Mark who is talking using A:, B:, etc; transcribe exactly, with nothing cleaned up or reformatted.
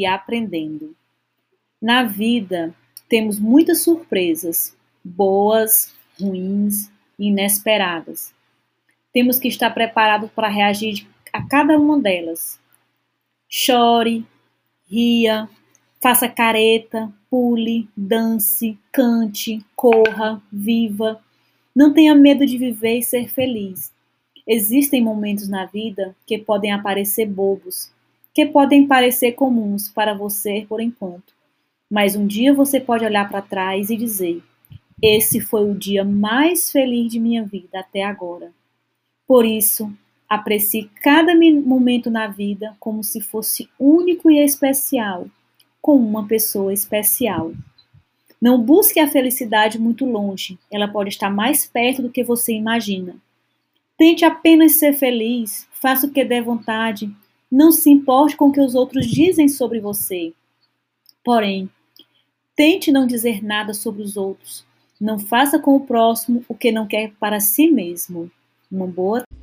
A: aprendendo. Na vida, temos muitas surpresas, boas, ruins e inesperadas. Temos que estar preparados para reagir a cada uma delas. Chore, ria, faça careta, pule, dance, cante, corra, viva. Não tenha medo de viver e ser feliz. Existem momentos na vida que podem aparecer bobos, que podem parecer comuns para você por enquanto. Mas um dia você pode olhar para trás e dizer: esse foi o dia mais feliz de minha vida até agora. Por isso, aprecie cada momento na vida como se fosse único e especial, com uma pessoa especial. Não busque a felicidade muito longe, ela pode estar mais perto do que você imagina. Tente apenas ser feliz, faça o que der vontade, não se importe com o que os outros dizem sobre você. Porém, tente não dizer nada sobre os outros. Não faça com o próximo o que não quer para si mesmo. Uma boa